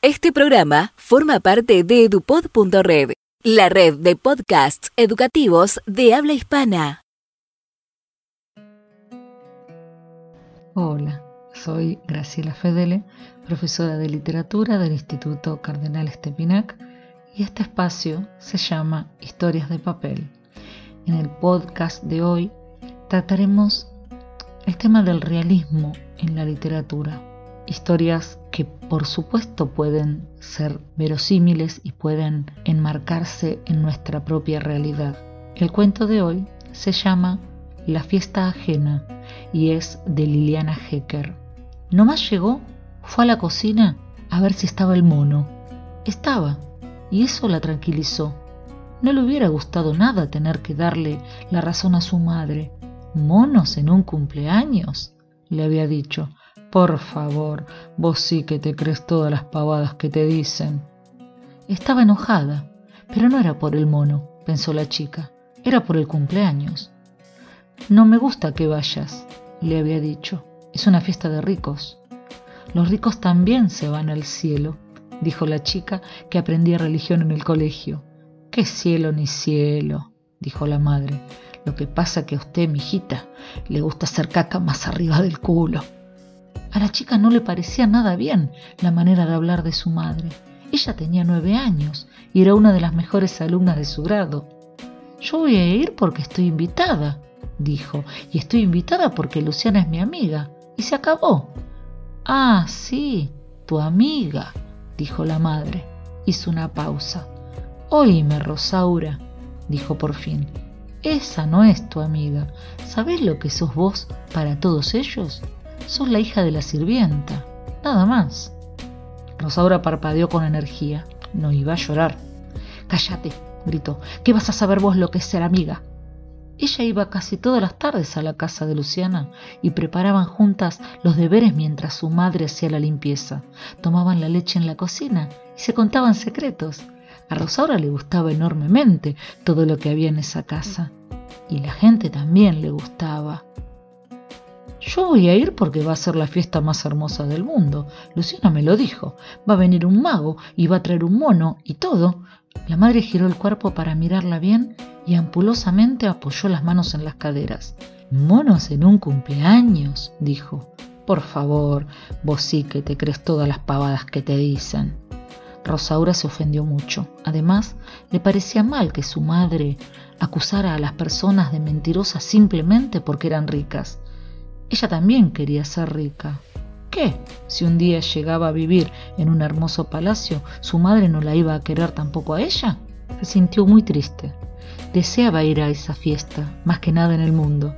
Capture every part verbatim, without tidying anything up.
Este programa forma parte de edupod punto red, la red de podcasts educativos de habla hispana. Hola, soy Graciela Fedele, profesora de literatura del Instituto Cardenal Stepinac, y este espacio se llama Historias de Papel. En el podcast de hoy trataremos el tema del realismo en la literatura. Historias que por supuesto pueden ser verosímiles y pueden enmarcarse en nuestra propia realidad. El cuento de hoy se llama La fiesta ajena y es de Liliana Hecker. Nomás llegó, fue a la cocina a ver si estaba el mono. Estaba, y eso la tranquilizó. No le hubiera gustado nada tener que darle la razón a su madre. ¿Monos en un cumpleaños?, le había dicho. Por favor, vos sí que te crees todas las pavadas que te dicen. Estaba enojada, pero no era por el mono, pensó la chica, era por el cumpleaños. No me gusta que vayas, le había dicho, es una fiesta de ricos. Los ricos también se van al cielo, dijo la chica que aprendía religión en el colegio. ¿Qué cielo ni cielo?, dijo la madre. Lo que pasa que a usted, mijita, le gusta hacer caca más arriba del culo. A la chica no le parecía nada bien la manera de hablar de su madre. Ella tenía nueve años y era una de las mejores alumnas de su grado. Yo voy a ir porque estoy invitada, dijo, y estoy invitada porque Luciana es mi amiga. Y se acabó. Ah, sí, tu amiga, dijo la madre. Hizo una pausa. Oíme, Rosaura, dijo por fin. Esa no es tu amiga. ¿Sabés lo que sos vos para todos ellos? Sos la hija de la sirvienta, nada más. Rosaura parpadeó con energía. No iba a llorar. Cállate, gritó. ¿Qué vas a saber vos lo que es ser amiga? Ella iba casi todas las tardes a la casa de Luciana y preparaban juntas los deberes mientras su madre hacía la limpieza. Tomaban la leche en la cocina y se contaban secretos. A Rosaura le gustaba enormemente todo lo que había en esa casa. Y la gente también le gustaba. Yo voy a ir porque va a ser la fiesta más hermosa del mundo. Luciana me lo dijo. Va a venir un mago y va a traer un mono y todo. La madre giró el cuerpo para mirarla bien y ampulosamente apoyó las manos en las caderas. ¿Monos en un cumpleaños?, dijo. Por favor, vos sí que te crees todas las pavadas que te dicen. Rosaura se ofendió mucho. Además, le parecía mal que su madre acusara a las personas de mentirosas simplemente porque eran ricas. Ella también quería ser rica. ¿Qué? Si un día llegaba a vivir en un hermoso palacio, ¿su madre no la iba a querer tampoco a ella? Se sintió muy triste. Deseaba ir a esa fiesta, más que nada en el mundo.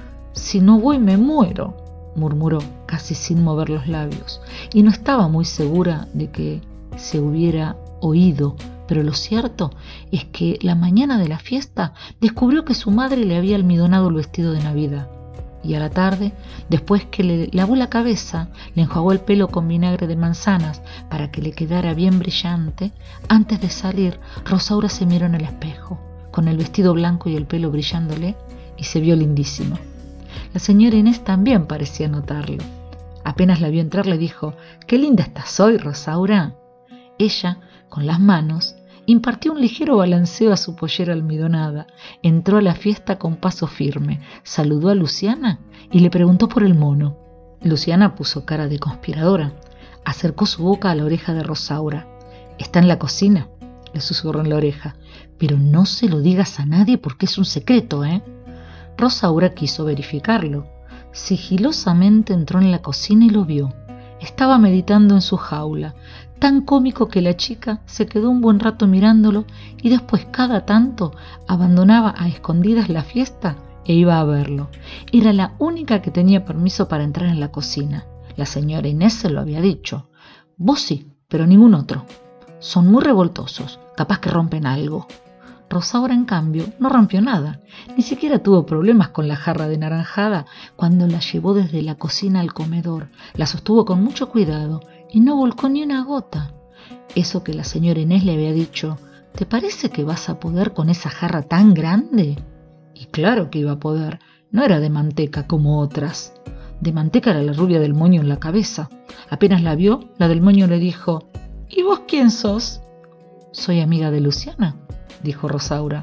Si no voy me muero, murmuró, casi sin mover los labios, y no estaba muy segura de que se hubiera oído, pero lo cierto es que la mañana de la fiesta descubrió que su madre le había almidonado el vestido de Navidad. Y a la tarde, después que le lavó la cabeza, le enjuagó el pelo con vinagre de manzanas para que le quedara bien brillante, antes de salir, Rosaura se miró en el espejo, con el vestido blanco y el pelo brillándole, y se vio lindísima. La señora Inés también parecía notarlo. Apenas la vio entrar, le dijo: «¡Qué linda estás hoy, Rosaura!». Ella, con las manos, impartió un ligero balanceo a su pollera almidonada, entró a la fiesta con paso firme, saludó a Luciana y le preguntó por el mono. Luciana puso cara de conspiradora, acercó su boca a la oreja de Rosaura. «Está en la cocina», le susurró en la oreja, «pero no se lo digas a nadie porque es un secreto, ¿eh?». Rosaura quiso verificarlo. Sigilosamente entró en la cocina y lo vio. Estaba meditando en su jaula, tan cómico que la chica se quedó un buen rato mirándolo y después cada tanto abandonaba a escondidas la fiesta e iba a verlo. Era la única que tenía permiso para entrar en la cocina. La señora Inés se lo había dicho. Vos sí, pero ningún otro. Son muy revoltosos, capaz que rompen algo. Rosaura, en cambio, no rompió nada. Ni siquiera tuvo problemas con la jarra de naranjada cuando la llevó desde la cocina al comedor. La sostuvo con mucho cuidado y no volcó ni una gota. Eso que la señora Inés le había dicho: ¿te parece que vas a poder con esa jarra tan grande? Y claro que iba a poder. No era de manteca como otras. De manteca era la rubia del moño en la cabeza. Apenas la vio, la del moño le dijo: ¿Y vos quién sos? Soy amiga de Luciana, dijo Rosaura.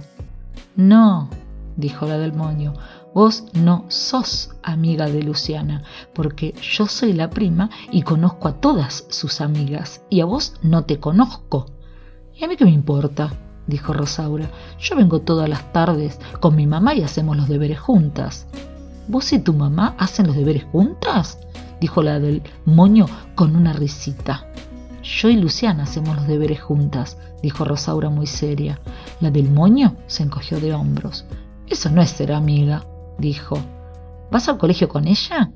No, dijo la del moño, vos no sos amiga de Luciana, porque yo soy la prima y conozco a todas sus amigas, y a vos no te conozco. ¿Y a mí qué me importa? Dijo Rosaura. Yo vengo todas las tardes con mi mamá y hacemos los deberes juntas. ¿Vos y tu mamá hacen los deberes juntas? Dijo la del moño con una risita. Yo y Luciana hacemos los deberes juntas, dijo Rosaura muy seria. La del moño se encogió de hombros. Eso no es ser amiga, dijo. ¿Vas al colegio con ella?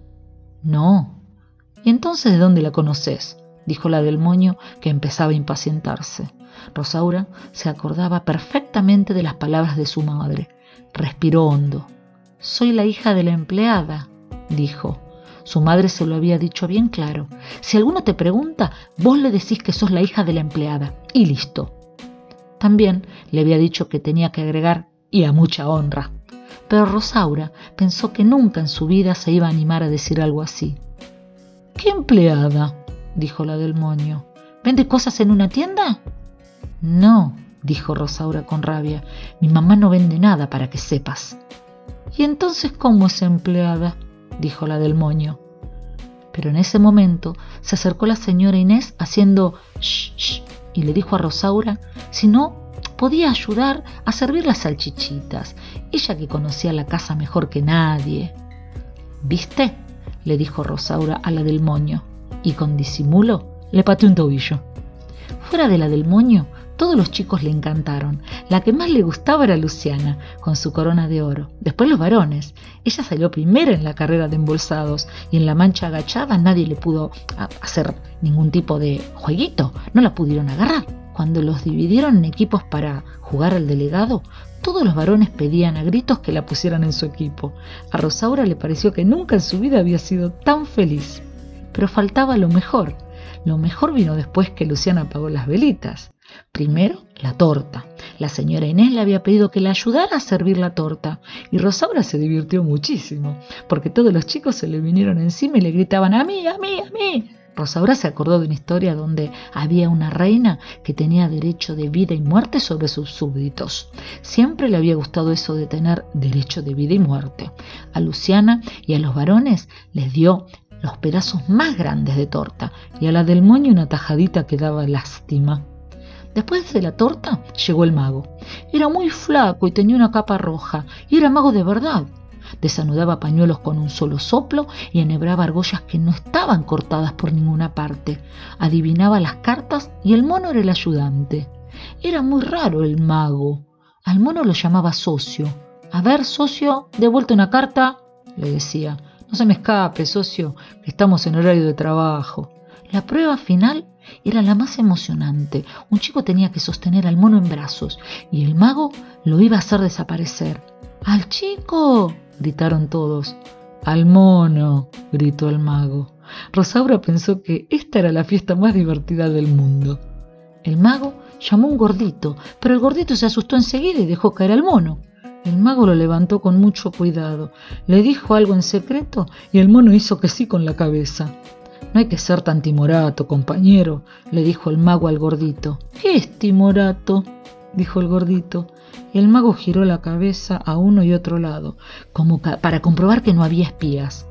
No. ¿Y entonces de dónde la conoces? Dijo la del moño, que empezaba a impacientarse. Rosaura se acordaba perfectamente de las palabras de su madre. Respiró hondo. Soy la hija de la empleada, dijo. Su madre se lo había dicho bien claro. Si alguno te pregunta, vos le decís que sos la hija de la empleada. Y listo. También le había dicho que tenía que agregar y a mucha honra. Pero Rosaura pensó que nunca en su vida se iba a animar a decir algo así. ¿Qué empleada? Dijo la del moño. ¿Vende cosas en una tienda? No, dijo Rosaura con rabia. Mi mamá no vende nada, para que sepas. ¿Y entonces cómo es empleada? Dijo la del moño. Pero en ese momento se acercó la señora Inés haciendo shh, shh, y le dijo a Rosaura si no podía ayudar a servir las salchichitas, ella que conocía la casa mejor que nadie. ¿Viste? Le dijo Rosaura a la del moño, y con disimulo le pateó un tobillo. Fuera de la del moño, todos los chicos le encantaron. La que más le gustaba era Luciana, con su corona de oro. Después los varones. Ella salió primera en la carrera de embolsados y en la mancha agachada nadie le pudo hacer ningún tipo de jueguito. No la pudieron agarrar. Cuando los dividieron en equipos para jugar al delegado, todos los varones pedían a gritos que la pusieran en su equipo. A Rosaura le pareció que nunca en su vida había sido tan feliz. Pero faltaba lo mejor. Lo mejor vino después que Luciana apagó las velitas. Primero, la torta. La señora Inés le había pedido que la ayudara a servir la torta y Rosaura se divirtió muchísimo porque todos los chicos se le vinieron encima y le gritaban ¡a mí, a mí, a mí! Rosaura se acordó de una historia donde había una reina que tenía derecho de vida y muerte sobre sus súbditos. Siempre le había gustado eso de tener derecho de vida y muerte. A Luciana y a los varones les dio los pedazos más grandes de torta y a la del moño una tajadita que daba lástima. Después de la torta llegó el mago. Era muy flaco y tenía una capa roja, y era mago de verdad. Desanudaba pañuelos con un solo soplo y enhebraba argollas que no estaban cortadas por ninguna parte. Adivinaba las cartas y el mono era el ayudante. Era muy raro el mago. Al mono lo llamaba socio. A ver, socio, de vuelta una carta, le decía. No se me escape, socio, que estamos en horario de trabajo. La prueba final era la más emocionante. Un chico tenía que sostener al mono en brazos y el mago lo iba a hacer desaparecer. ¡Al chico!, gritaron todos. ¡Al mono!, gritó el mago. Rosaura pensó que esta era la fiesta más divertida del mundo. El mago llamó a un gordito, pero el gordito se asustó enseguida y dejó caer al mono. El mago lo levantó con mucho cuidado, le dijo algo en secreto y el mono hizo que sí con la cabeza. No hay que ser tan timorato, compañero, le dijo el mago al gordito. ¿Qué es timorato?, dijo el gordito. Y el mago giró la cabeza a uno y otro lado, como para comprobar que no había espías.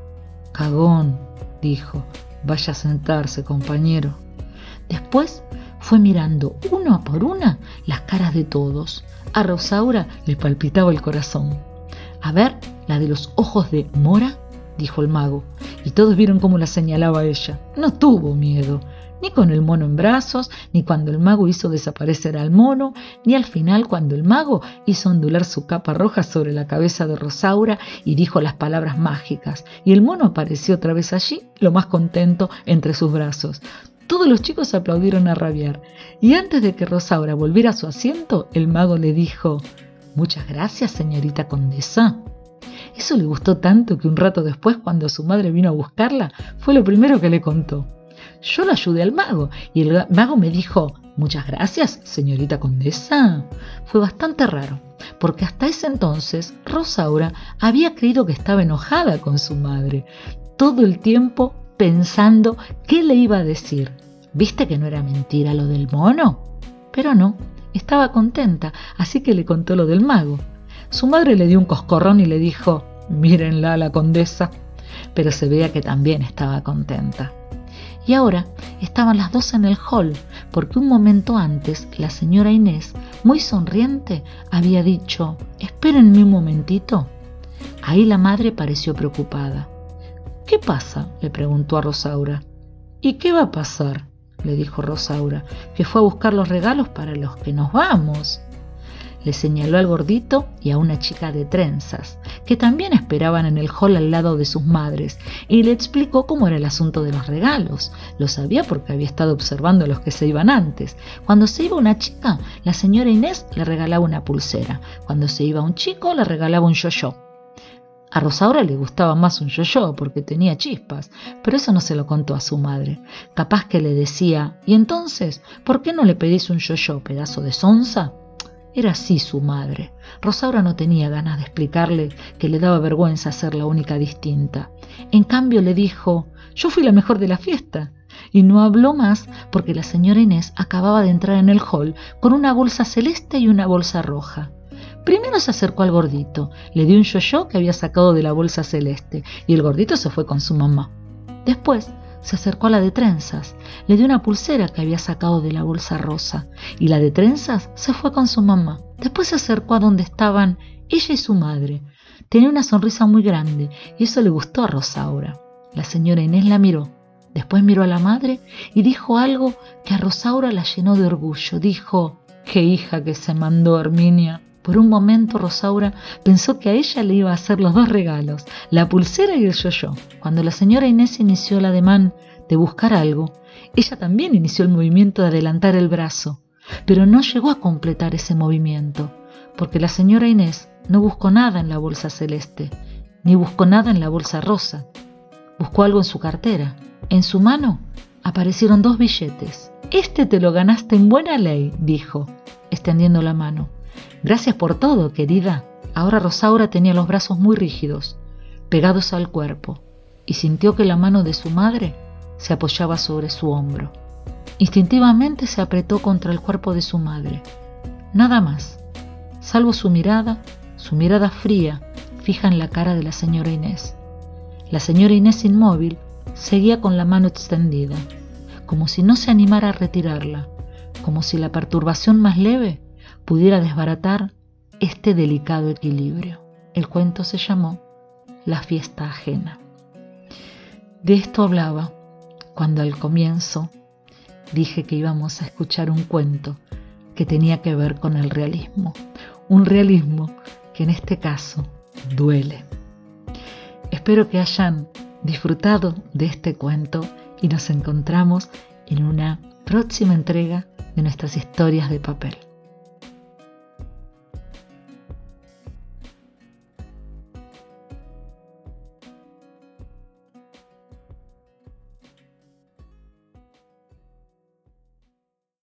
Cagón, dijo, vaya a sentarse, compañero. Después fue mirando una por una las caras de todos. A Rosaura le palpitaba el corazón. A ver, la de los ojos de mora, dijo el mago, y todos vieron cómo la señalaba ella. No tuvo miedo, ni con el mono en brazos, ni cuando el mago hizo desaparecer al mono, ni al final cuando el mago hizo ondular su capa roja sobre la cabeza de Rosaura y dijo las palabras mágicas, y el mono apareció otra vez allí, lo más contento entre sus brazos. Todos los chicos aplaudieron a rabiar, y antes de que Rosaura volviera a su asiento, el mago le dijo: «Muchas gracias, señorita condesa». Eso le gustó tanto que un rato después, cuando su madre vino a buscarla, fue lo primero que le contó. Yo lo ayudé al mago, y el mago me dijo: «Muchas gracias, señorita condesa». Fue bastante raro, porque hasta ese entonces Rosaura había creído que estaba enojada con su madre, todo el tiempo pensando qué le iba a decir. ¿Viste que no era mentira lo del mono? Pero no, estaba contenta, así que le contó lo del mago. Su madre le dio un coscorrón y le dijo: mírenla a la condesa. Pero se veía que también estaba contenta. Y ahora estaban las dos en el hall, porque un momento antes la señora Inés, muy sonriente, había dicho: espérenme un momentito. Ahí la madre pareció preocupada. ¿Qué pasa?, le preguntó a Rosaura. ¿Y qué va a pasar?, le dijo Rosaura, que fue a buscar los regalos para los que nos vamos. Le señaló al gordito y a una chica de trenzas, que también esperaban en el hall al lado de sus madres, y le explicó cómo era el asunto de los regalos. Lo sabía porque había estado observando a los que se iban antes. Cuando se iba una chica, la señora Inés le regalaba una pulsera. Cuando se iba un chico, le regalaba un yo-yo. A Rosaura le gustaba más un yo-yo porque tenía chispas, pero eso no se lo contó a su madre. Capaz que le decía: ¿y entonces por qué no le pedís un yo-yo, pedazo de sonza? Era así su madre. Rosaura no tenía ganas de explicarle que le daba vergüenza ser la única distinta. En cambio le dijo: yo fui la mejor de la fiesta. Y no habló más porque la señora Inés acababa de entrar en el hall con una bolsa celeste y una bolsa roja. Primero se acercó al gordito, le dio un yo-yo que había sacado de la bolsa celeste y el gordito se fue con su mamá. Después se acercó a la de trenzas, le dio una pulsera que había sacado de la bolsa rosa y la de trenzas se fue con su mamá. Después se acercó a donde estaban ella y su madre. Tenía una sonrisa muy grande y eso le gustó a Rosaura. La señora Inés la miró, después miró a la madre y dijo algo que a Rosaura la llenó de orgullo. Dijo: ¡qué hija que se mandó Herminia! Por un momento Rosaura pensó que a ella le iba a hacer los dos regalos, la pulsera y el yo-yo. Cuando la señora Inés inició el ademán de buscar algo, ella también inició el movimiento de adelantar el brazo, pero no llegó a completar ese movimiento, porque la señora Inés no buscó nada en la bolsa celeste, ni buscó nada en la bolsa rosa. Buscó algo en su cartera. En su mano aparecieron dos billetes. «Este te lo ganaste en buena ley», dijo, extendiendo la mano. «Gracias por todo, querida». Ahora Rosaura tenía los brazos muy rígidos, pegados al cuerpo, y sintió que la mano de su madre se apoyaba sobre su hombro. Instintivamente se apretó contra el cuerpo de su madre. Nada más, salvo su mirada, su mirada fría, fija en la cara de la señora Inés. La señora Inés, inmóvil, seguía con la mano extendida, como si no se animara a retirarla, como si la perturbación más leve pudiera desbaratar este delicado equilibrio. El cuento se llamó La fiesta ajena. De esto hablaba cuando al comienzo dije que íbamos a escuchar un cuento que tenía que ver con el realismo, un realismo que en este caso duele. Espero que hayan disfrutado de este cuento y nos encontramos en una próxima entrega de nuestras historias de papel.